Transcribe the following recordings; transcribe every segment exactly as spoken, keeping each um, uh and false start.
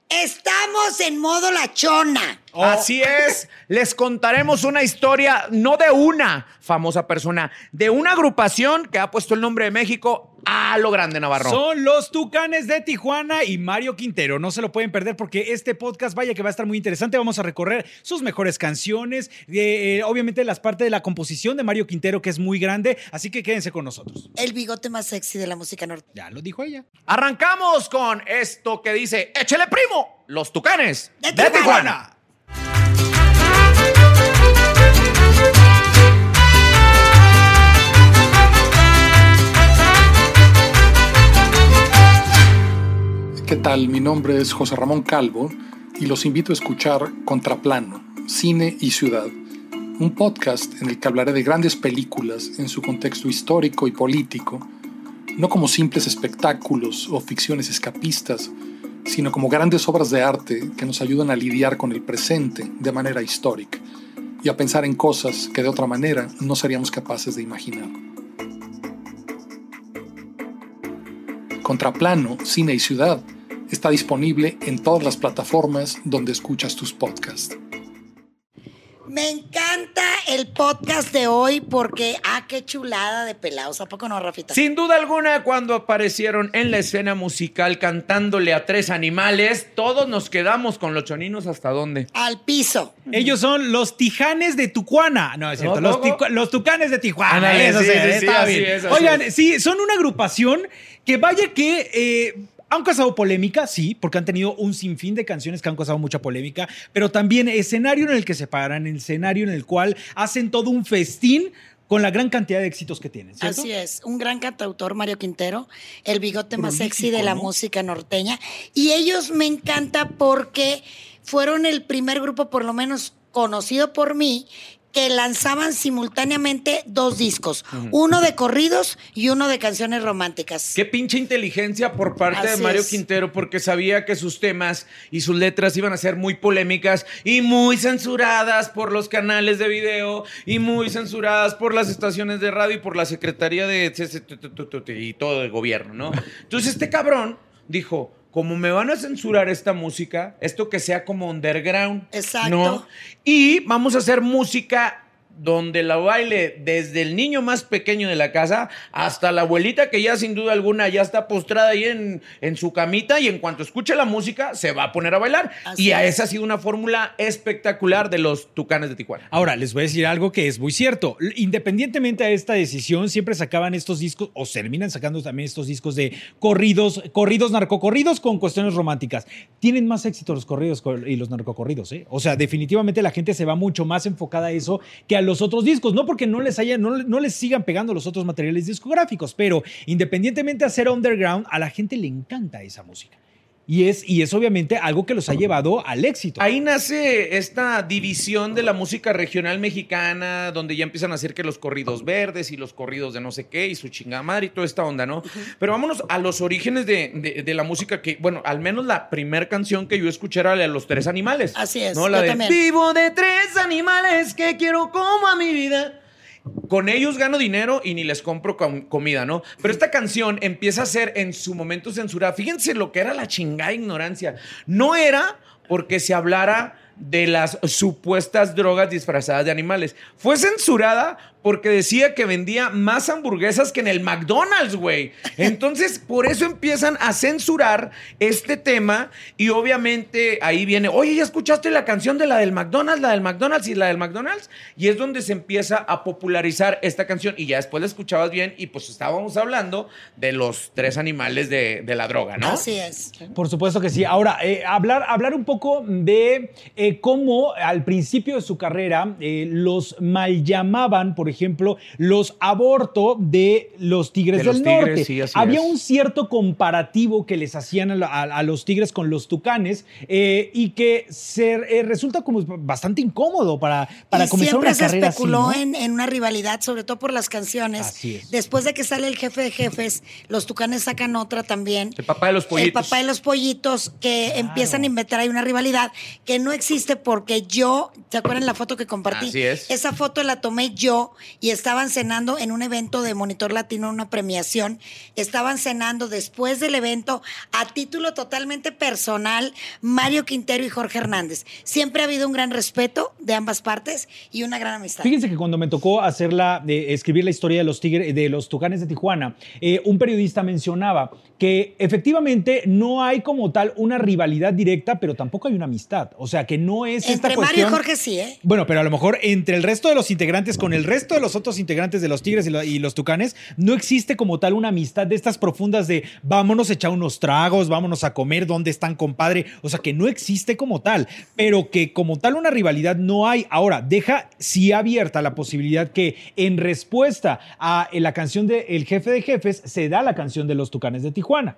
Estamos en modo la chona. Oh. Así es, les contaremos una historia, no de una famosa persona, de una agrupación que ha puesto el nombre de México a lo grande, Navarro. Son los Tucanes de Tijuana y Mario Quintero. No se lo pueden perder porque este podcast, vaya que va a estar muy interesante. Vamos a recorrer sus mejores canciones, eh, obviamente las partes de la composición de Mario Quintero, que es muy grande, así que quédense con nosotros. El bigote más sexy de la música norteña. Ya lo dijo ella. Arrancamos con esto que dice, échele primo, los Tucanes de de Tijuana. Tijuana. ¿Qué tal? Mi nombre es José Ramón Calvo y los invito a escuchar Contraplano, Cine y Ciudad, un podcast en el que hablaré de grandes películas en su contexto histórico y político, no como simples espectáculos o ficciones escapistas, sino como grandes obras de arte que nos ayudan a lidiar con el presente de manera histórica y a pensar en cosas que de otra manera no seríamos capaces de imaginar. Contraplano, Cine y Ciudad está disponible en todas las plataformas donde escuchas tus podcasts. Me encanta el podcast de hoy porque, ah, qué chulada de pelados. ¿A poco no, Rafita? Sin duda alguna, cuando aparecieron en la escena musical cantándole a tres animales, todos nos quedamos con los choninos hasta dónde. Al piso. Ellos son los Tijanes de Tijuana. No, es cierto. ¿No, los, no? ticua- los Tucanes de Tijuana. Ándale, Eso sí, sí, sí, sí, está así bien. es, así Oigan, es. sí, son una agrupación que vaya que... Eh, han causado polémica, sí, porque han tenido un sinfín de canciones que han causado mucha polémica, pero también escenario en el que se paran, el escenario en el cual hacen todo un festín con la gran cantidad de éxitos que tienen, ¿cierto? Así es, un gran cantautor, Mario Quintero, el bigote más Prolífico, sexy de la ¿no? música norteña. Y ellos me encanta porque fueron el primer grupo, por lo menos conocido por mí, que lanzaban simultáneamente dos discos, uh-huh. uno de corridos y uno de canciones románticas. Qué pinche inteligencia por parte Así de Mario es. Quintero, porque sabía que sus temas y sus letras iban a ser muy polémicas y muy censuradas por los canales de video y muy censuradas por las estaciones de radio y por la Secretaría de y todo el gobierno, ¿no? Entonces este cabrón dijo, como me van a censurar esta música, esto que sea como underground. Exacto. ¿No? Y vamos a hacer música donde la baile desde el niño más pequeño de la casa hasta la abuelita que ya sin duda alguna ya está postrada ahí en, en su camita y en cuanto escuche la música se va a poner a bailar. Así y a es. esa ha sido una fórmula espectacular de los Tucanes de Tijuana. Ahora, les voy a decir algo que es muy cierto. Independientemente a esta decisión, siempre sacaban estos discos, o se terminan sacando también estos discos de corridos, corridos, narcocorridos con cuestiones románticas. Tienen más éxito los corridos y los narcocorridos, ¿eh? O sea, definitivamente la gente se va mucho más enfocada a eso que a los otros discos. No porque no les hayan, no, no les sigan pegando los otros materiales discográficos, pero independientemente de ser underground, a la gente le encanta esa música. Y es, y es obviamente algo que los ha llevado al éxito. Ahí nace esta división de la música regional mexicana, donde ya empiezan a hacer que los corridos verdes y los corridos de no sé qué y su chingada madre y toda esta onda, ¿no? Uh-huh. Pero vámonos a los orígenes de, de, de la música que, bueno, al menos la primera canción que yo escuché era la de Los Tres Animales. Así es, ¿no? La yo de también. Vivo de tres animales que quiero como a mi vida. Con ellos gano dinero y ni les compro com- comida, ¿no? Pero esta canción empieza a ser en su momento censurada. Fíjense lo que era la chingada ignorancia. No era porque se hablara de las supuestas drogas disfrazadas de animales. Fue censurada porque decía que vendía más hamburguesas que en el McDonald's, güey. Entonces, por eso empiezan a censurar este tema y obviamente ahí viene, oye, ¿ya escuchaste la canción de la del McDonald's, la del McDonald's y la del McDonald's? Y es donde se empieza a popularizar esta canción y ya después la escuchabas bien y pues estábamos hablando de los tres animales de, de la droga, ¿no? Así es. Por supuesto que sí. Ahora, eh, hablar, hablar un poco de eh, cómo al principio de su carrera eh, los mal llamaban, por ejemplo, los aborto de los Tigres De del los Tigres, Norte. sí, así Había es. un cierto comparativo que les hacían a, la- a- a los Tigres con los Tucanes eh, y que se, eh, resulta como bastante incómodo para, para y comenzar siempre una se carrera especuló así, ¿no? en, en una rivalidad, sobre todo por las canciones. Así es. Después de que sale el Jefe de Jefes, los Tucanes sacan otra también. El papá de los pollitos. El papá de los pollitos, que empiezan a inventar ahí una rivalidad que no existe porque yo, ¿se acuerdan la foto que compartí? Así es. Esa foto la tomé yo y estaban cenando en un evento de Monitor Latino, una premiación. Estaban cenando después del evento a título totalmente personal Mario Quintero y Jorge Hernández. Siempre ha habido un gran respeto de ambas partes y una gran amistad. Fíjense que cuando me tocó hacer la, de escribir la historia de los Tigres, de los Tucanes de Tijuana, eh, un periodista mencionaba que efectivamente no hay como tal una rivalidad directa, pero tampoco hay una amistad. O sea, que no es Entre esta Mario cuestión... y Jorge sí, ¿eh? Bueno, pero a lo mejor entre el resto de los integrantes, con el resto de los otros integrantes de los Tigres y, lo, y los Tucanes, no existe como tal una amistad de estas profundas de vámonos a echar unos tragos, vámonos a comer, ¿dónde están, compadre? O sea, que no existe como tal, pero que como tal una rivalidad no hay. Ahora, deja sí abierta la posibilidad que en respuesta a la canción de El Jefe de Jefes se da la canción de los Tucanes de Tijuana.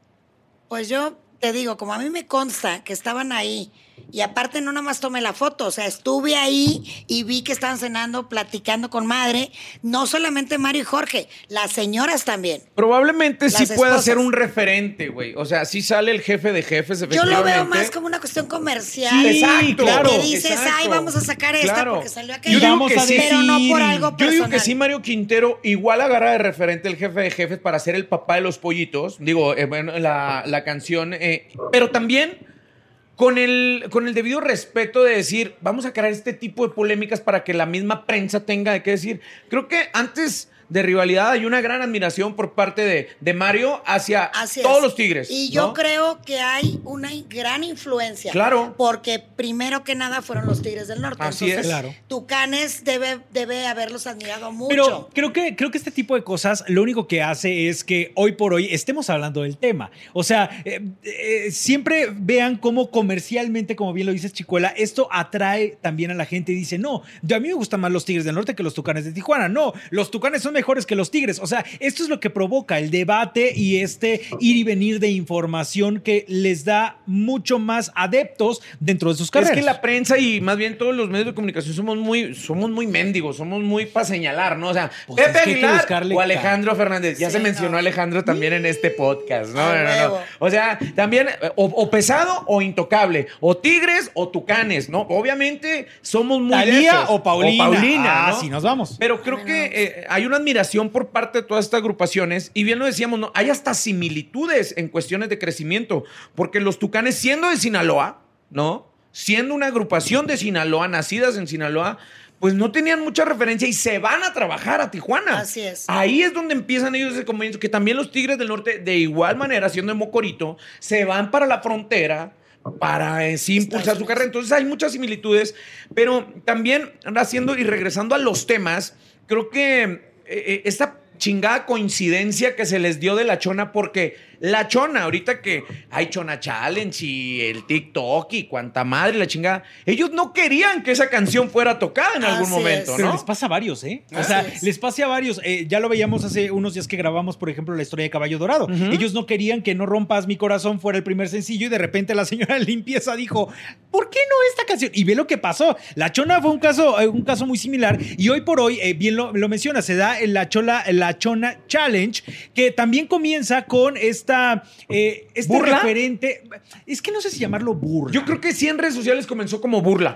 Pues yo te digo, como a mí me consta que estaban ahí, y aparte no nada más tomé la foto, o sea, estuve ahí y vi que estaban cenando, platicando con madre, no solamente Mario y Jorge, las señoras también. Probablemente sí Las pueda esposas. ser un referente, güey. O sea, sí sale el jefe de jefes, Yo efectivamente. lo veo más como una cuestión comercial. Sí, exacto, claro. Que dices, exacto. ay, vamos a sacar esta Claro. porque salió Yo aquella, digo vamos que a sí, pero no por decir- algo Yo personal. digo que sí, Mario Quintero igual agarra de referente el jefe de jefes para ser el papá de los pollitos. Digo, eh, bueno, la, la canción. Eh, pero también con el, con el debido respeto de decir, vamos a crear este tipo de polémicas para que la misma prensa tenga de qué decir. Creo que antes de rivalidad hay una gran admiración por parte de, de Mario hacia Así todos es. los Tigres. Y yo ¿no? creo que hay una gran influencia. Claro. Porque primero que nada fueron los Tigres del Norte. Así Entonces, es. Claro. Tucanes debe, debe haberlos admirado mucho. Pero creo que, creo que este tipo de cosas lo único que hace es que hoy por hoy estemos hablando del tema. O sea, eh, eh, siempre vean cómo comercialmente, como bien lo dices, Chicuela, esto atrae también a la gente y dice, no, yo, a mí me gustan más los Tigres del Norte que los Tucanes de Tijuana. No, los Tucanes son mejores que los Tigres. O sea, esto es lo que provoca el debate y este ir y venir de información que les da mucho más adeptos dentro de sus carreras. Es que la prensa y más bien todos los medios de comunicación somos muy, somos muy mendigos, somos muy para señalar, ¿no? O sea, Pues es Pepe que hay que Aguilar buscarle o Alejandro Fernández. Ya Sí, se mencionó no. a Alejandro también en este podcast, ¿no? A No, no, no. huevo. O sea, también o, o pesado o intocable, o Tigres o Tucanes, ¿no? Obviamente somos muy de Talía esos. o Paulina. O Paulina, Ah, ¿no? sí, nos vamos. Pero creo que eh, hay una admiración por parte de todas estas agrupaciones y bien lo decíamos, ¿no? Hay hasta similitudes en cuestiones de crecimiento, porque los Tucanes, siendo de Sinaloa, ¿no? Siendo una agrupación de Sinaloa, nacidas en Sinaloa, pues no tenían mucha referencia y se van a trabajar a Tijuana. Así es. Ahí es donde empiezan ellos ese comienzo, que también los Tigres del Norte, de igual manera, siendo de Mocorito, se van para la frontera para eh, sí impulsar su carrera. Entonces hay muchas similitudes, pero también haciendo y regresando a los temas, creo que eh, eh, esta chingada coincidencia que se les dio de la Chona, porque la Chona, ahorita que hay Chona Challenge y el TikTok y cuanta madre la chingada, ellos no querían que esa canción fuera tocada en algún Así momento, es. Pero ¿no? les pasa a varios, ¿eh? O Así sea, es. les pasa a varios. Eh, ya lo veíamos hace unos días que grabamos, por ejemplo, la historia de Caballo Dorado. Ujú. Ellos no querían que No Rompas Mi Corazón fuera el primer sencillo y de repente la señora de limpieza dijo, ¿por qué no esta canción? Y ve lo que pasó. La Chona fue un caso, eh, un caso muy similar y hoy por hoy, eh, bien lo, lo menciona, se da en la, Chola, la Chona Challenge, que también comienza con esta... Eh, este ¿Burla? referente... Es que no sé si llamarlo burla. Yo creo que sí en redes sociales comenzó como burla.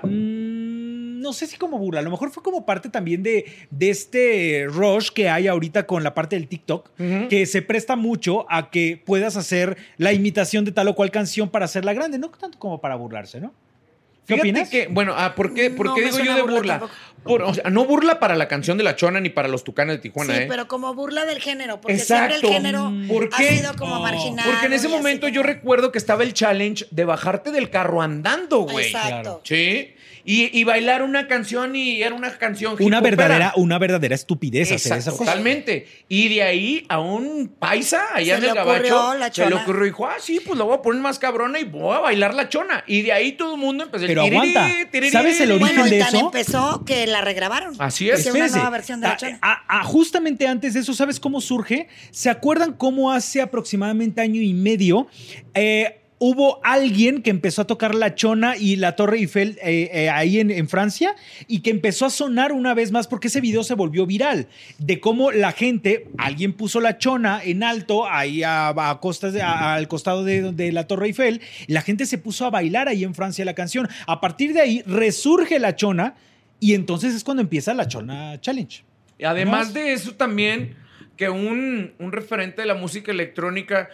Mm, no sé si como burla, a lo mejor fue como parte también de, de este rush que hay ahorita con la parte del TikTok, Ujú. que se presta mucho a que puedas hacer la imitación de tal o cual canción para hacerla grande, no tanto como para burlarse, ¿no? ¿Qué Fíjate opinas? que, bueno, ah, ¿por qué, por No qué me digo suena yo de burla burla? tampoco. Por- o sea, no burla para la canción de la Chona ni para los Tucanes de Tijuana, Sí, ¿eh? pero como burla del género, porque Exacto. siempre el género ¿Por ha qué? sido como Oh. marginal. Porque en ese momento yo recuerdo que estaba el challenge de bajarte del carro andando, güey. Exacto. Claro. Sí. Y, y bailar una canción y era una canción Una hip-hopera. verdadera, una verdadera estupidez hacer Exacto, esa cosa. totalmente. Y de ahí a un paisa allá Se en le el gabacho ocurrió la se le Chona. ocurrió y dijo, ah, sí, pues la voy a poner más cabrona y voy a bailar la Chona. Y de ahí todo el mundo empezó. Pero el tirirí, aguanta, tirirí, ¿sabes el origen Bueno, y de tan eso? empezó que la regrabaron. Así es. Hicieron una Espérese. nueva versión de la A- Chona. a- a- justamente antes de eso, ¿sabes cómo surge? ¿Se acuerdan cómo hace aproximadamente año y medio eh, hubo alguien que empezó a tocar la Chona y la Torre Eiffel eh, eh, ahí en, en Francia y que empezó a sonar una vez más porque ese video se volvió viral de cómo la gente, alguien puso la Chona en alto ahí a, a costas de- a- al costado de, de la Torre Eiffel y la gente se puso a bailar ahí en Francia la canción. A partir de ahí resurge la Chona y entonces es cuando empieza la Chona Challenge. Y además ¿No? de eso también, que un, un referente de la música electrónica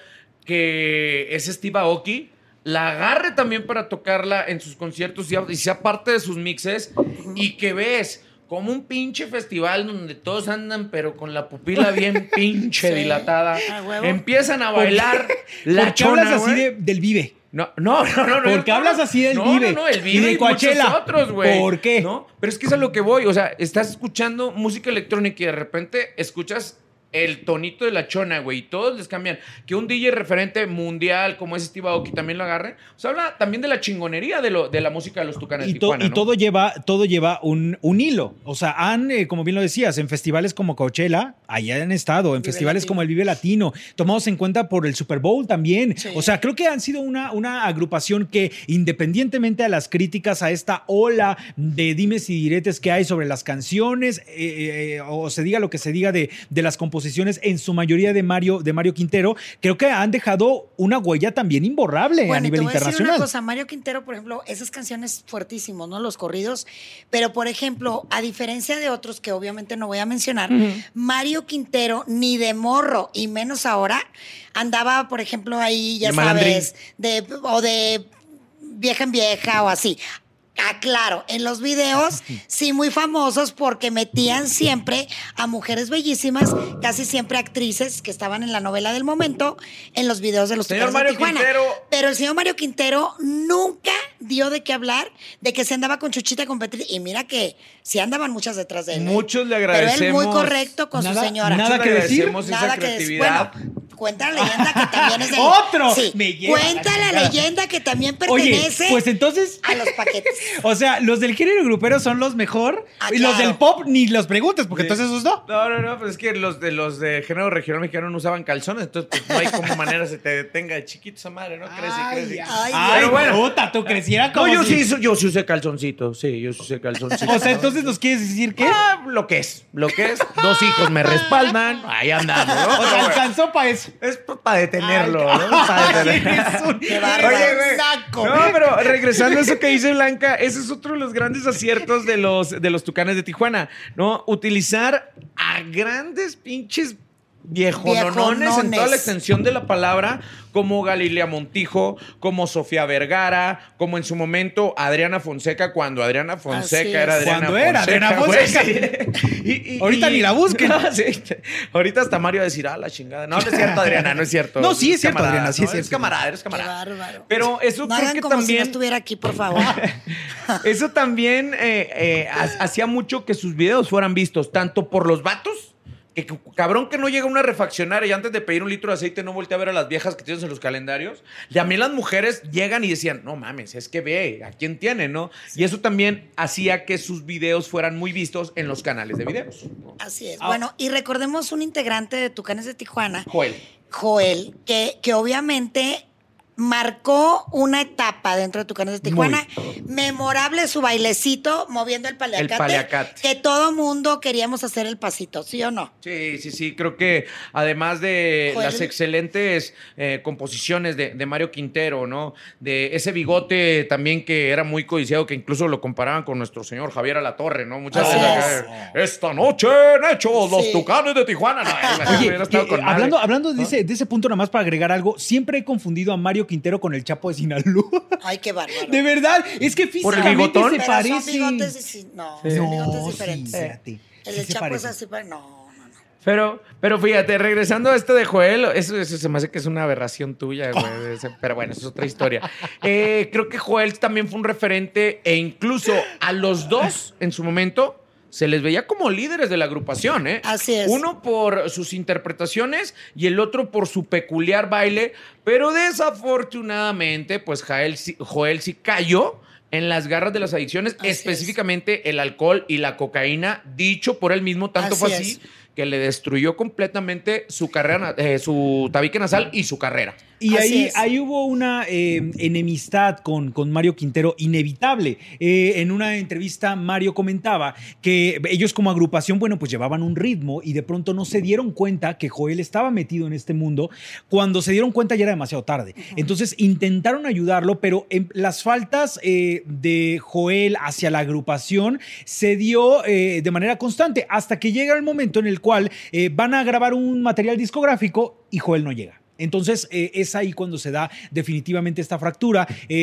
que es Steve Aoki, la agarre también para tocarla en sus conciertos y, y sea parte de sus mixes, y que ves como un pinche festival donde todos andan pero con la pupila bien pinche Sí. dilatada, A huevo. empiezan a bailar la ¿Por qué chona, hablas así güey. de- del Vive? No, no, no, no. no ¿Por qué no, hablas no. así del no, Vive? No, no, el Y Vive de y, Coachella. muchos otros, güey. ¿Por qué? No, pero es que es a lo que voy. O sea, estás escuchando música electrónica y de repente escuchas el tonito de la chona, güey, y todos les cambian. Que un D J referente mundial como es Steve Aoki también lo agarre. O sea, habla también de la chingonería de, lo, de la música de los Tucanes de Y, to- Tijuana, y ¿no? todo lleva, todo lleva un, un hilo. O sea, han, eh, como bien lo decías, en festivales como Coachella, allá han estado, en Vive festivales Latino. como el Vive Latino, tomados en cuenta por el Super Bowl también. Sí. O sea, creo que han sido una, una agrupación que, independientemente a las críticas, a esta ola de dimes y diretes que hay sobre las canciones, eh, eh, o se diga lo que se diga de, de las composiciones, en su mayoría de Mario, de Mario Quintero, creo que han dejado una huella también imborrable Bueno, a y nivel te voy a decir internacional. una cosa, Mario Quintero, por ejemplo, esas canciones fuertísimos, ¿no? Los corridos, pero por ejemplo, a diferencia de otros que obviamente no voy a mencionar, Mario Quintero ni de morro y menos ahora andaba, por ejemplo, ahí, ya De malandrín. sabes, de o de vieja en vieja o así. Ah, claro, en los videos sí muy famosos porque metían siempre a mujeres bellísimas, casi siempre actrices que estaban en la novela del momento, en los videos de los Señor Tucanes de Mario Tijuana. Quintero. Pero el señor Mario Quintero nunca dio de qué hablar de que se andaba con Chuchita con Petri. Y mira que sí andaban muchas detrás de él. ¿eh? Muchos le Pero él agradecemos. muy correcto con Nada- su señora. nada Muchos que le decir. agradecemos esa Nada que decir. creatividad. Bueno, cuenta la leyenda que también es de... ¡Otro! Sí, Me lleva cuenta la la chingada. leyenda que también Oye, pertenece pues entonces, a los paquetes. o sea, los del género grupero son los mejor Ah, y los claro. del pop ni los preguntes, porque Sí. entonces esos no. No, no, no, pues es que los de los de género regional mexicano no usaban calzones, entonces pues no hay como manera se te detenga de chiquito esa madre, ¿no? Crece, crece. ay, Ay, Pero bueno. puta, tú creciera como No, yo si- sí, yo sí usé calzoncito, sí, yo sí usé calzoncito. O sea, entonces nos quieres decir que... Ah, lo que es, lo que es. Dos hijos me respaldan, ahí andamos, ¿no? O sea, Pero bueno, alcanzó para eso. es para detenerlo, Ay, ¿no? Para ay, detenerlo. eres un- Qué bárbaro. Oye, güey. Saco. No, pero regresando a eso que dice Blanca, ese es otro de los grandes aciertos de los, de los Tucanes de Tijuana, ¿no? Utilizar a grandes pinches viejononones en Viejonones. toda la extensión de la palabra, como Galilea Montijo, como Sofía Vergara, como en su momento Adriana Fonseca, cuando Adriana Fonseca Así era es. Adriana Cuando era Adriana güey, Fonseca. sí. Y- y- Ahorita y- ni la busquen. No, sí. Ahorita hasta Mario va a decir, ah, la chingada. No, no es cierto, Adriana, no es cierto. No, sí es cierto, camarada, Adriana, sí ¿no? es Eres cierto. camarada, eres Qué camarada. bárbaro. Pero eso No creo hagan que como si no también... estuviera aquí, por favor. Eso también eh, eh, ha- hacía mucho que sus videos fueran vistos, tanto por los vatos, que c- cabrón que no llega una refaccionaria y antes de pedir un litro de aceite no voltea a ver a las viejas que tienes en los calendarios. Y a mí las mujeres llegan y decían, no mames, es que ve, ¿a quién tiene, no? Y eso también hacía que sus videos fueran muy vistos en los canales de videos. Así es. Ah. Bueno, y recordemos un integrante de Tucanes de Tijuana, Joel. Joel, que, que obviamente marcó una etapa dentro de Tucanes de Tijuana. Memorable su bailecito moviendo el paliacate. El paliacate. Que todo mundo queríamos hacer el pasito, ¿sí o no? Sí, sí, sí. Creo que además de Joel. las excelentes eh, composiciones de, de Mario Quintero, ¿no? De ese bigote también que era muy codiciado, que incluso lo comparaban con nuestro señor Javier Alatorre, ¿no? Muchas Así veces. es. Esta noche en Hechos, los Sí. Tucanes de Tijuana. No, Oye, hubiera estado que, con eh, madre. hablando, hablando de, ¿No? ese, de ese punto, nada más para agregar algo, siempre he confundido a Mario Quintero con el Chapo de Sinaloa. Ay, qué bárbaro. De verdad, es que ¿Por el físicamente bigotón? se Pero parece. son bigotes disi- no, Sí. son bigotes No, diferentes. sí, espérate. El Sí del se Chapo es parece. así, pero no, no, no. Pero, pero fíjate, regresando a esto de Joel, eso, eso se me hace que es una aberración tuya, güey. ese- Pero bueno, eso es otra historia. Eh, creo que Joel también fue un referente e incluso a los dos en su momento se les veía como líderes de la agrupación, ¿eh? Así es. Uno por sus interpretaciones y el otro por su peculiar baile, pero desafortunadamente, pues Joel, sí- Joel sí cayó en las garras de las adicciones, Así específicamente el alcohol y la cocaína, dicho por él mismo, tanto Así fue es. así que le destruyó completamente su carrera, eh, su tabique nasal y su carrera. Y Así ahí, es. ahí hubo una eh, enemistad con, con Mario Quintero inevitable. Eh, en una entrevista Mario comentaba que ellos como agrupación, bueno, pues llevaban un ritmo y de pronto no se dieron cuenta que Joel estaba metido en este mundo. Cuando se dieron cuenta ya era demasiado tarde. Entonces intentaron ayudarlo, pero en las faltas eh, de Joel hacia la agrupación se dio eh, de manera constante hasta que llega el momento en el cual eh, van a grabar un material discográfico y Joel no llega. Entonces eh, es ahí cuando se da definitivamente esta fractura.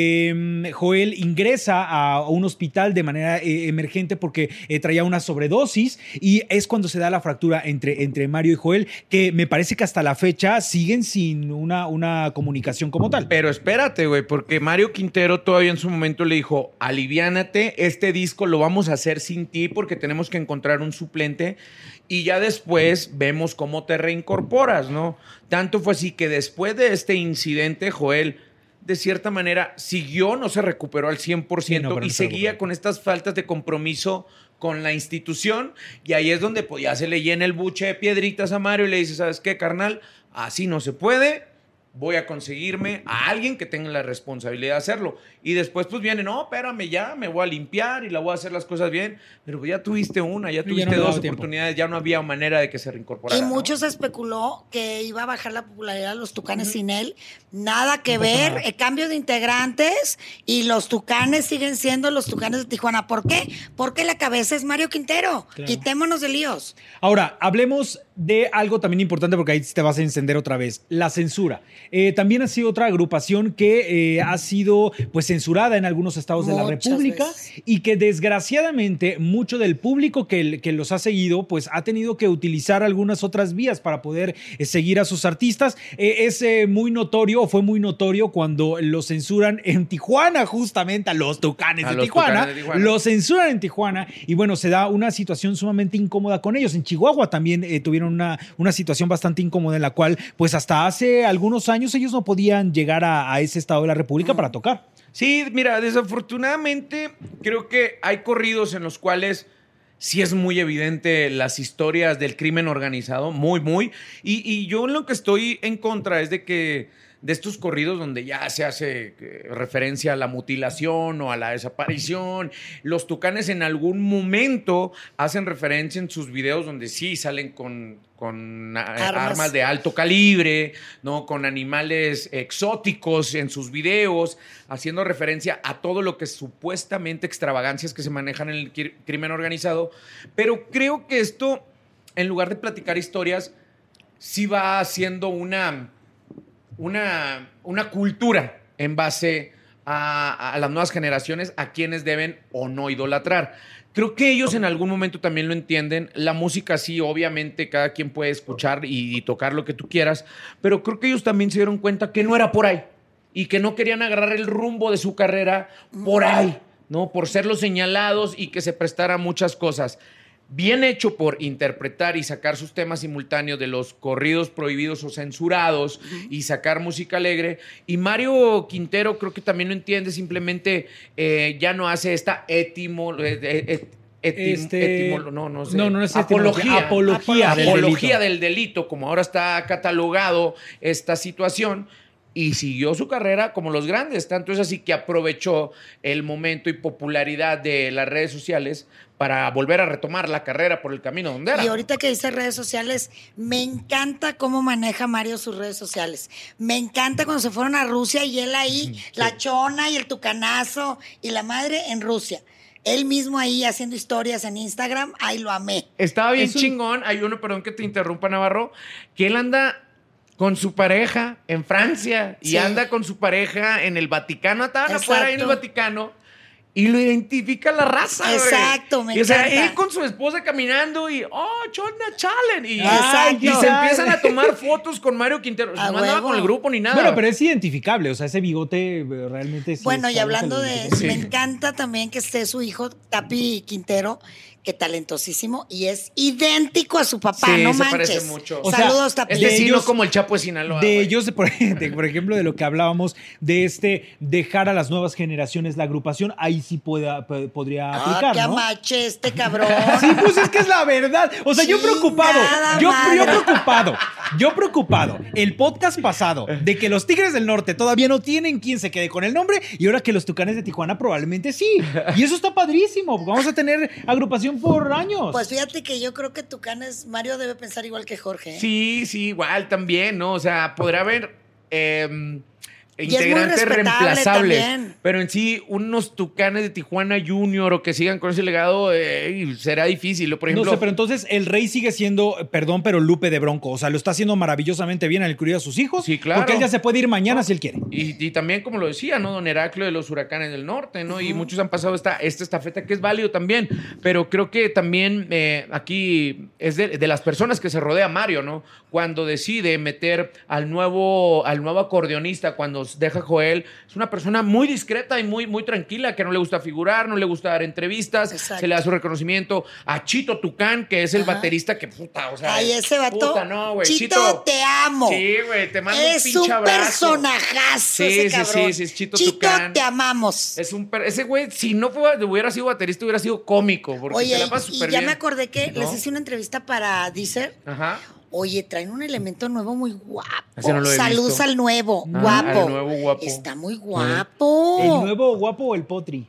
Eh, Joel ingresa a un hospital de manera eh, emergente porque eh, traía una sobredosis y es cuando se da la fractura entre, entre Mario y Joel, que me parece que hasta la fecha siguen sin una, una comunicación como tal. Pero espérate, güey, porque Mario Quintero todavía en su momento le dijo, aliviánate, este disco lo vamos a hacer sin ti porque tenemos que encontrar un suplente y ya después vemos cómo te reincorporas, ¿no? Tanto fue así que después de este incidente, Joel, de cierta manera, siguió, no se recuperó al cien por ciento Sí, no, pero y no se seguía recuperó. con estas faltas de compromiso con la institución y ahí es donde pues, ya se le llena el buche de piedritas a Mario y le dice, ¿sabes qué, carnal? Así no se puede. Voy a conseguirme a alguien que tenga la responsabilidad de hacerlo. Y después pues viene, no, espérame ya, me voy a limpiar y la voy a hacer las cosas bien. Pero pues ya tuviste una, ya Y ya tuviste no le dos daba tiempo. oportunidades, ya no había manera de que se reincorporara. Y ¿no? mucho se especuló que iba a bajar la popularidad de los Tucanes sin él. Nada que No pasó ver. nada. Eh, cambio de integrantes y los Tucanes siguen siendo los Tucanes de Tijuana. ¿Por qué? Porque la cabeza es Mario Quintero. Claro. Quitémonos de líos. Ahora, hablemos de algo también importante porque ahí te vas a encender otra vez, la censura. Eh, también ha sido otra agrupación que eh, ha sido pues censurada en algunos estados de la Muchas República veces. y que desgraciadamente mucho del público que, que los ha seguido pues ha tenido que utilizar algunas otras vías para poder eh, seguir a sus artistas. Eh, es eh, muy notorio, o fue muy notorio cuando los censuran en Tijuana, justamente a los Tucanes, A de, los Tijuana, Tucanes de Tijuana. Los censuran en Tijuana y bueno, se da una situación sumamente incómoda con ellos. En Chihuahua también eh, tuvieron una, una situación bastante incómoda en la cual pues hasta hace algunos años ellos no podían llegar a, a ese estado de la República para tocar. Sí, mira, desafortunadamente creo que hay corridos en los cuales sí es muy evidente las historias del crimen organizado, muy, muy. Y, y yo lo que estoy en contra es de que de estos corridos donde ya se hace eh, referencia a la mutilación o a la desaparición, los Tucanes en algún momento hacen referencia en sus videos donde sí salen con, con armas. armas de alto calibre, ¿no? Con animales exóticos en sus videos, haciendo referencia a todo lo que supuestamente extravagancias que se manejan en el crimen organizado. Pero creo que esto, en lugar de platicar historias, sí va haciendo una... Una, una cultura en base a, a las nuevas generaciones a quienes deben o no idolatrar. Creo que ellos en algún momento también lo entienden. La música sí, obviamente, cada quien puede escuchar y, y tocar lo que tú quieras, pero creo que ellos también se dieron cuenta que no era por ahí y que no querían agarrar el rumbo de su carrera por ahí, ¿no? Por ser los señalados y que se prestara a muchas cosas. Bien hecho por interpretar y sacar sus temas simultáneos de los corridos prohibidos o censurados uh-huh. y sacar música alegre. Y Mario Quintero creo que también lo entiende, simplemente eh, ya no hace esta etimo... Eh, eh, Etim, este, etimo, no, no sé. No, no es apología. Apología, apología, del, apología delito. del delito, como ahora está catalogado esta situación. Y siguió su carrera como los grandes. Tanto es así que aprovechó el momento y popularidad de las redes sociales para volver a retomar la carrera por el camino donde era. Y ahorita que dice redes sociales, me encanta cómo maneja Mario sus redes sociales. Me encanta cuando se fueron a Rusia y él ahí, sí. la chona y el tucanazo y la madre en Rusia. Él mismo ahí haciendo historias en Instagram, ahí lo amé. Estaba bien un... chingón. Hay uno, perdón que te interrumpa, Navarro, que él anda con su pareja en Francia y sí. anda con su pareja en el Vaticano, estaban afuera en el Vaticano y lo identifica la raza. Exacto, güey. me y, o sea, encanta. él con su esposa caminando y, oh, Chona Challenge. Y, Exacto. y se empiezan a tomar fotos con Mario Quintero. A no andaba con el grupo ni nada. Bueno, pero es identificable, o sea, ese bigote realmente sí. Bueno, y está hablando de, sí. me encanta también que esté su hijo, Tapi Quintero, que talentosísimo y es idéntico a su papá, Sí, no se manches. parece mucho. O sea, Saludos, Tapi. Este sí, ellos- no como el Chapo de Sinaloa. De güey. ellos, por, de- por ejemplo, de lo que hablábamos, de este dejar a las nuevas generaciones la agrupación, ahí sí pueda, p- podría Ah, aplicar, qué ¿no? amache este cabrón. Sí, pues es que es la verdad. O sea, yo preocupado, Chingada yo, madre. yo preocupado, yo preocupado. El podcast pasado de que los Tigres del Norte todavía no tienen quien se quede con el nombre y ahora que los Tucanes de Tijuana probablemente sí. Y eso está padrísimo. Vamos a tener agrupación por años. Pues fíjate que yo creo que Tucanes, Mario debe pensar igual que Jorge. ¿eh? Sí, sí, igual también, ¿no? O sea, podrá haber eh, es muy integrantes respetable reemplazables. también. Pero en sí, unos Tucanes de Tijuana Junior o que sigan con ese legado, eh, será difícil. Por ejemplo, no sé, pero entonces el Rey sigue siendo, eh, perdón, pero Lupe de Bronco. O sea, lo está haciendo maravillosamente bien al cuidado de sus hijos. Sí, claro. Porque él ya se puede ir mañana si él quiere. Y, y también, como lo decía, ¿no? Don Heraclio de los Huracanes del Norte, ¿no? Y muchos han pasado esta, esta estafeta que es válido también. Pero creo que también eh, aquí es de, de las personas que se rodea Mario, ¿no? Cuando decide meter al nuevo, al nuevo acordeonista, cuando deja Joel, es una persona muy discreta y muy, muy tranquila, que no le gusta figurar, no le gusta dar entrevistas, Exacto. se le da su reconocimiento. A Chito Tucán, que es el Ajá. baterista que puta, o sea. Ay, ese vato. puta, no, güey. Chito, te amo. Sí, güey, te mando Es un pinche un abrazo. personajazo Sí, ese sí, cabrón. sí, sí, es Chito Tucán. te amamos. Es un per- ese güey, si no fue, hubiera sido baterista, hubiera sido cómico. Porque Oye, se la pasa y súper ya bien. me acordé que ¿no? les hice una entrevista para Deezer. Ajá. Oye, traen un elemento nuevo muy guapo. Ese no lo he Saludos visto. al nuevo, Ah, guapo. al nuevo guapo. Está muy guapo. ¿El nuevo guapo o el potri?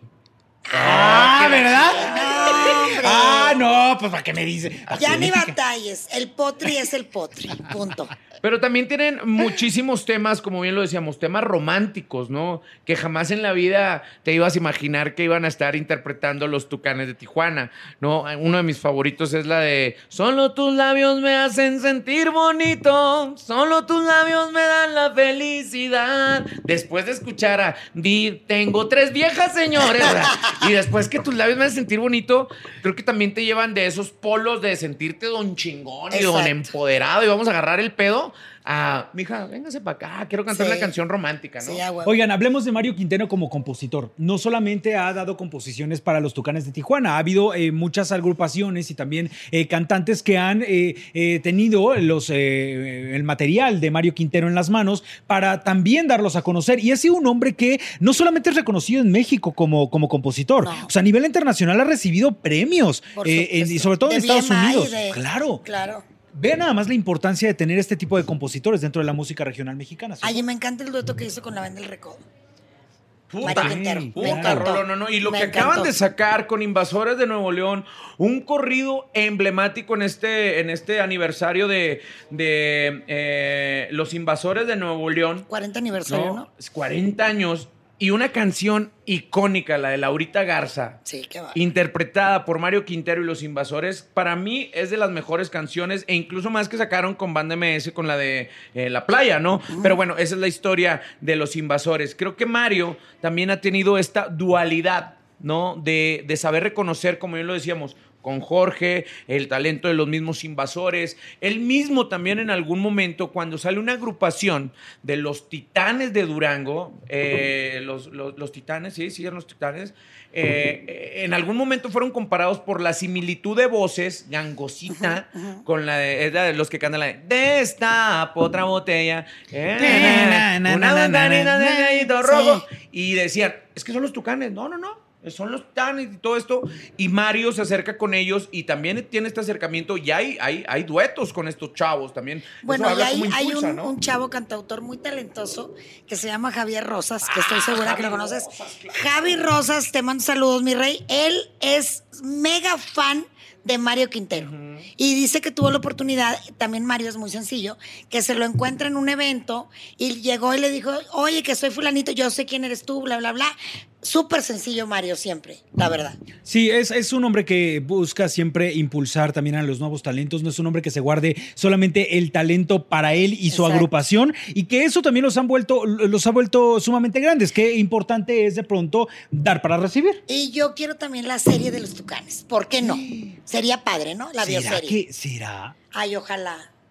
Ah, Ah, ¿verdad? No, hombre. Ah, no, pues ¿para qué me dice? Ya ni batalles. El potri es el potri. Punto. Pero también tienen muchísimos temas, como bien lo decíamos, temas románticos, ¿no? Que jamás en la vida te ibas a imaginar que iban a estar interpretando los Tucanes de Tijuana, ¿no? Uno de mis favoritos es la de Solo tus labios me hacen sentir bonito, solo tus labios me dan la felicidad. Después de escuchar a Di, tengo tres viejas, señores, ¿verdad? Y después que tus labios me hacen sentir bonito, creo que también te llevan de esos polos de sentirte don chingón y don Exacto. empoderado y vamos a agarrar el pedo a, mija, véngase para acá, quiero cantar Sí. una canción romántica, ¿no? Sí, a huevo. Oigan, hablemos de Mario Quintero como compositor. No solamente ha dado composiciones para los Tucanes de Tijuana, ha habido eh, muchas agrupaciones y también eh, cantantes que han eh, eh, tenido los, eh, el material de Mario Quintero en las manos para también darlos a conocer. Y ha sido un hombre que no solamente es reconocido en México como, como compositor, No. o sea, a nivel internacional ha recibido premios, Por eh, en- y supuesto. sobre todo De en Estados B M I, Unidos. de- Claro. Claro. Vean nada más la importancia de tener este tipo de compositores dentro de la música regional mexicana. ¿sí? Ay, me encanta el dueto que hizo con la banda del Recodo. Puta, Mario Quintero. sí, Me puta, encantó. Rolo, no, no. Y lo Me que acaban encantó. de sacar con Invasores de Nuevo León, un corrido emblemático en este, en este aniversario de, de eh, los Invasores de Nuevo León. cuarenta aniversario, ¿no? ¿no? Es cuarenta años y una canción icónica, la de Laurita Garza. Sí, qué va. Interpretada por Mario Quintero y los Invasores, para mí es de las mejores canciones e incluso más que sacaron con Banda M S con la de eh, La Playa, ¿no? Pero bueno, esa es la historia de los Invasores. Creo que Mario también ha tenido esta dualidad, ¿no? De, de saber reconocer, como bien lo decíamos, con Jorge, el talento de los mismos Invasores. Él mismo también en algún momento, cuando sale una agrupación de los Titanes de Durango, eh, los, los, los Titanes, sí, sí, eran los Titanes, eh, en algún momento fueron comparados por la similitud de voces, Gangosita, con la de, es la de los que cantan la de Destapo otra botella, eh, una mandarina de gallito rojo, y decían, es que son los Tucanes. No, no, no. Son los Titanes y todo esto. Y Mario se acerca con ellos y también tiene este acercamiento. Y hay, hay, hay duetos con estos chavos también. Bueno, Eso y habla hay, cómo hay impulsa, un, ¿no? un chavo cantautor muy talentoso que se llama Javier Rosas, que estoy segura que lo conoces. Javi Rosas, te mando saludos, mi rey. Él es mega fan de Mario Quintero. Y dice que tuvo la oportunidad, también Mario es muy sencillo, que se lo encuentra en un evento y llegó y le dijo, oye, que soy fulanito, yo sé quién eres tú, bla, bla, bla. Súper sencillo Mario siempre, la verdad. Sí, es, es un hombre que busca siempre impulsar también a los nuevos talentos. No es un hombre que se guarde solamente el talento para él y su Exacto. agrupación. Y que eso también los, han vuelto, los ha vuelto sumamente grandes. Qué importante es de pronto dar para recibir. Y yo quiero también la serie de los Tucanes. ¿Por qué no? Sería padre, ¿no? La ¿Será bioserie. que será? Ay, ojalá.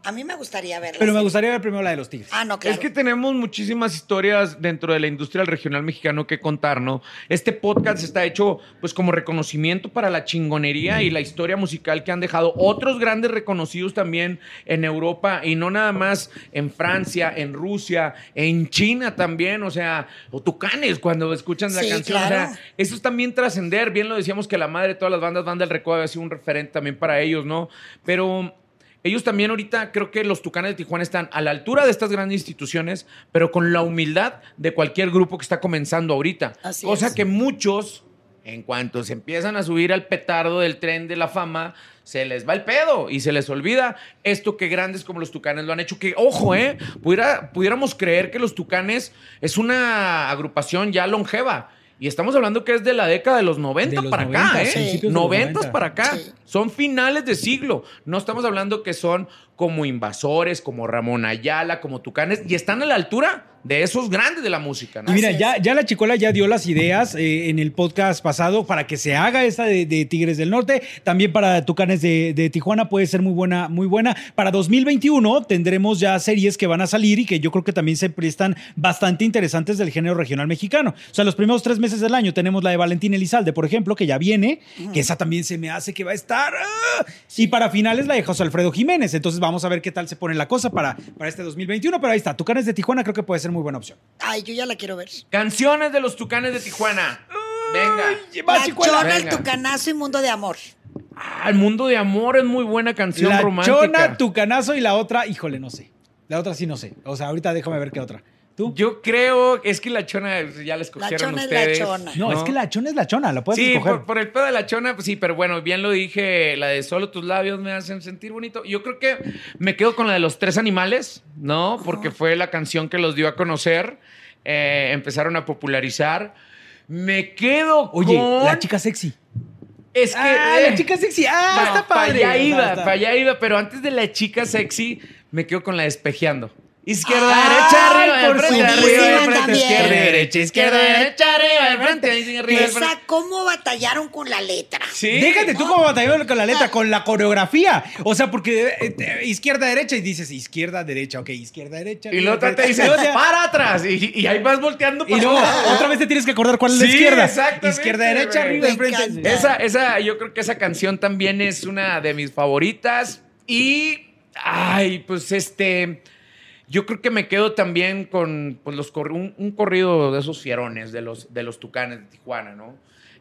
A mí me gustaría verla. Pero me sí. gustaría ver primero la de los Tigres. Ah, no, claro. Es que tenemos muchísimas historias dentro de la industria del regional mexicano que contar, ¿no? Este podcast está hecho pues como reconocimiento para la chingonería y la historia musical que han dejado otros grandes reconocidos también en Europa y no nada más en Francia, en Rusia, en China también, o sea, o tucanes cuando escuchan la Sí, canción, claro. o sea, eso es también trascender, bien lo decíamos que la madre de todas las bandas, Banda del Recodo, había sido un referente también para ellos, ¿no? Pero ellos también ahorita, creo que los Tucanes de Tijuana están a la altura de estas grandes instituciones, pero con la humildad de cualquier grupo que está comenzando ahorita. Así Cosa es. que muchos, en cuanto se empiezan a subir al petardo del tren de la fama, se les va el pedo y se les olvida esto que grandes como los Tucanes lo han hecho. Que, ojo, ¿eh? Pudiera, pudiéramos creer que los Tucanes es una agrupación ya longeva. Y estamos hablando que es de la década de los noventa De los para noventa, acá, ¿eh? sí. principios de los noventas noventa. para acá. Sí. Son finales de siglo. No estamos hablando que son como Invasores, como Ramón Ayala, como Tucanes. Y están a la altura de esos grandes de la música, ¿no? Y mira, Así ya, es. ya la Chicola ya dio las ideas eh, en el podcast pasado para que se haga esta de, de Tigres del Norte. También para Tucanes de, de Tijuana puede ser muy buena, muy buena. Para dos mil veintiuno tendremos ya series que van a salir y que yo creo que también se prestan bastante interesantes del género regional mexicano. O sea, los primeros tres meses del año tenemos la de Valentín Elizalde, por ejemplo, que ya viene, que esa también se me hace que va a estar. ¡ah! Y para finales la de José Alfredo Jiménez. Entonces vamos a ver qué tal se pone la cosa para, para este dos mil veintiuno. Pero ahí está, Tucanes de Tijuana creo que puede ser muy buena opción. Ay, yo ya la quiero ver. Canciones de los Tucanes de Tijuana. Venga. Va, La Chicuela. Chona, el Venga. Tucanazo y Mundo de Amor. Ah, El Mundo de Amor es muy buena canción La romántica. Chona, Tucanazo y la otra, híjole, no sé. La otra sí no sé. O sea, ahorita déjame ver qué otra. ¿Tú? Yo creo, es que la Chona ya la La escogieron Chona es la ustedes. Chona. No, es que la Chona es la Chona, la puedes Sí, escoger. por, por el pedo de la Chona, pues sí, pero bueno, bien lo dije, la de Solo tus labios me hacen sentir bonito. Yo creo que me quedo con la de Los Tres Animales, ¿no? Porque fue la canción que los dio a conocer, eh, empezaron a popularizar. Me quedo Oye, con... la chica sexy. Es que... Ah, eh, la chica sexy. Ah, no, está para padre. allá O sea, iba, está- para allá iba, pero antes de la chica sexy, me quedo con la de Espejeando. Izquierda, Ay, derecha, arriba, por de frente, supuesto. arriba, de frente, También. izquierda, y derecha, izquierda, derecha, arriba, de frente, arriba, de frente. Esa, ¿cómo batallaron con la letra? Sí. Déjate tú como batallón con la letra, con la coreografía. O sea, porque eh, eh, izquierda, derecha y dices izquierda, derecha, ok, izquierda, derecha. Y luego te dice, luego te- para atrás. Y, y ahí vas volteando. Y para luego atrás. otra vez te tienes que acordar cuál es la Sí, izquierda. exactamente, Izquierda, derecha, güey. arriba, de Me frente. encanta. Esa, esa, yo creo que esa canción también es una de mis favoritas. Y, ay, pues este, yo creo que me quedo también con pues, los corri- un, un corrido de esos fierones, de los, de los Tucanes de Tijuana, ¿no?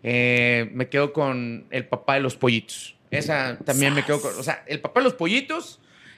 Eh, me quedo con El Papá de los Pollitos. Esa también me quedo con, o sea, El Papá de los Pollitos,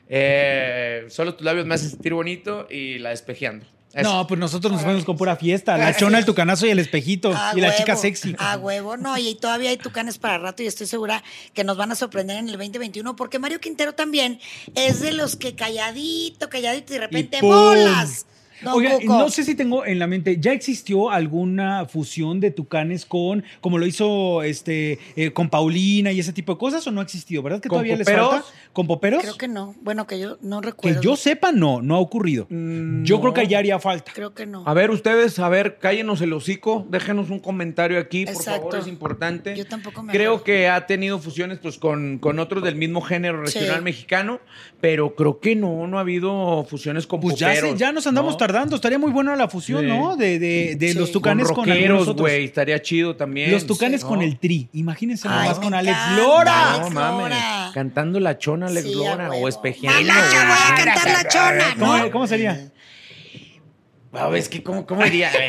eh, Solo tus labios me hacen sentir bonito y La Despejeando. Esa. No, pues nosotros nos fuimos con pura fiesta. La Chona, el Tucanazo y el espejito. A y la huevo, chica sexy. A huevo, no, y todavía hay Tucanes para rato y estoy segura que nos van a sorprender en el veinte veintiuno porque Mario Quintero también es de los que calladito, calladito y de repente ¡pum! bolas. Don Oiga, Cuco. no sé si tengo en la mente, ¿ya existió alguna fusión de Tucanes con, como lo hizo este, eh, con Paulina y ese tipo de cosas o no ha existido? ¿Verdad que ¿Con todavía Poperos? les falta? ¿Con Poperos? Creo que no. Bueno, que yo no Que recuerdo. yo sepa, no, no ha ocurrido. Mm, Yo no. creo que ya haría falta. Creo que no. A ver, ustedes, a ver, cállenos el hocico, déjenos un comentario aquí, por Exacto. favor, es importante. Yo tampoco me Creo acuerdo. que ha tenido fusiones pues, con, con otros del mismo género regional Sí. mexicano, pero creo que no, no ha habido fusiones con Pues ya, poperos, se- ya nos andamos ¿no? tardando. Estaría muy buena la fusión, Sí. ¿no? De, de, de Sí. los Tucanes Con con, algunos rockeros, otros. güey, estaría chido también. Los Tucanes Sí, con ¿no? el Tri. Imagínense Ay, nomás me con Alex encanta, Lora. Alex No mames, Lora. cantando la chona Alex Sí, a Lora huevo. o espejeando. Mamá, voy a cantar la chona, ¿Cómo, ¿no? cómo sería? A ver, es que, ¿cómo, cómo diría? A ver.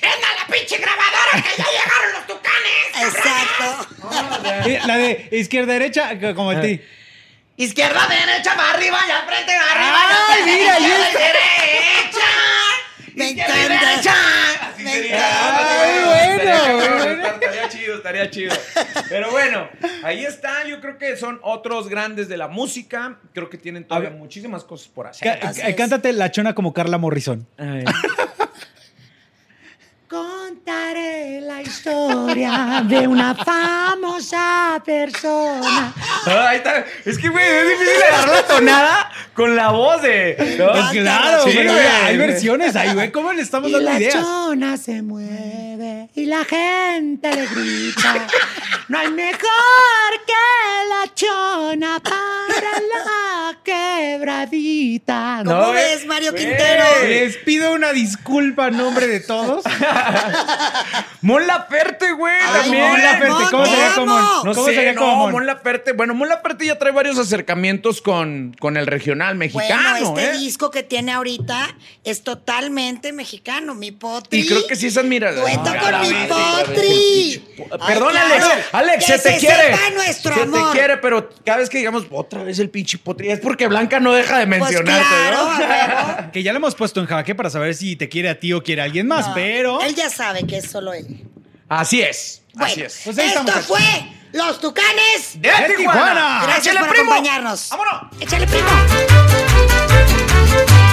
Exacto. Eh, la de izquierda-derecha, como el Tri. Izquierda, derecha, para arriba y al frente, para arriba. Ay, mira, ahí está. derecha. Me Izquierda y encanta. derecha. Así Me sería. encanta. Ay, bueno, Estaría cabrón, bueno. Estaría chido, estaría chido. Pero bueno, ahí está. Yo creo que son otros grandes de la música. Creo que tienen todavía A ver. muchísimas cosas por hacer. Cá- Así cá- es. Cántate la Chona como Carla Morrison. Contaré la historia de una famosa persona. Ah, ahí está. Es que, güey, es difícil agarrar la tonada con la voz de. ¿no? Pues claro, Sí, pero güey. hay versiones ahí, güey. ¿Cómo le estamos Y dando la ideas? chona se mueve y la gente le grita. No hay mejor que la chona para la quebradita. ¿Cómo No, ves, eh, Mario güey. Quintero? Les pido una disculpa en nombre de todos. Mon Laferte, güey, Ay, también. Mon Laferte, ¿cómo Mon, sería te como? amo. No ¿Cómo sé, sería no, como Mon? Mon Laferte. Bueno, Mon Laferte ya trae varios acercamientos con, con el regional mexicano, Bueno, este ¿eh? disco que tiene ahorita es totalmente mexicano, mi potri. Y creo que sí es admirable. Dueto Ah, con mi claramente, potri. claramente. Perdón, Ay, Alex. claro. Alex, Que se te se quiere. sepa nuestro se amor. te quiere, pero cada vez que digamos otra vez el pinche potri es porque Blanca no deja de Pues mencionarte, claro, ¿no? a huevo. Que ya lo hemos puesto en jaque para saber si te quiere a ti o quiere a alguien más, No, pero... él ya sabe que es solo él. Así es. Bueno, así es. Pues ahí esto estamos, fue Los Tucanes. ¡De, ¡De Tijuana! Tijuana! Gracias ¡Échale, por primo! acompañarnos. ¡Vámonos! Échale, primo.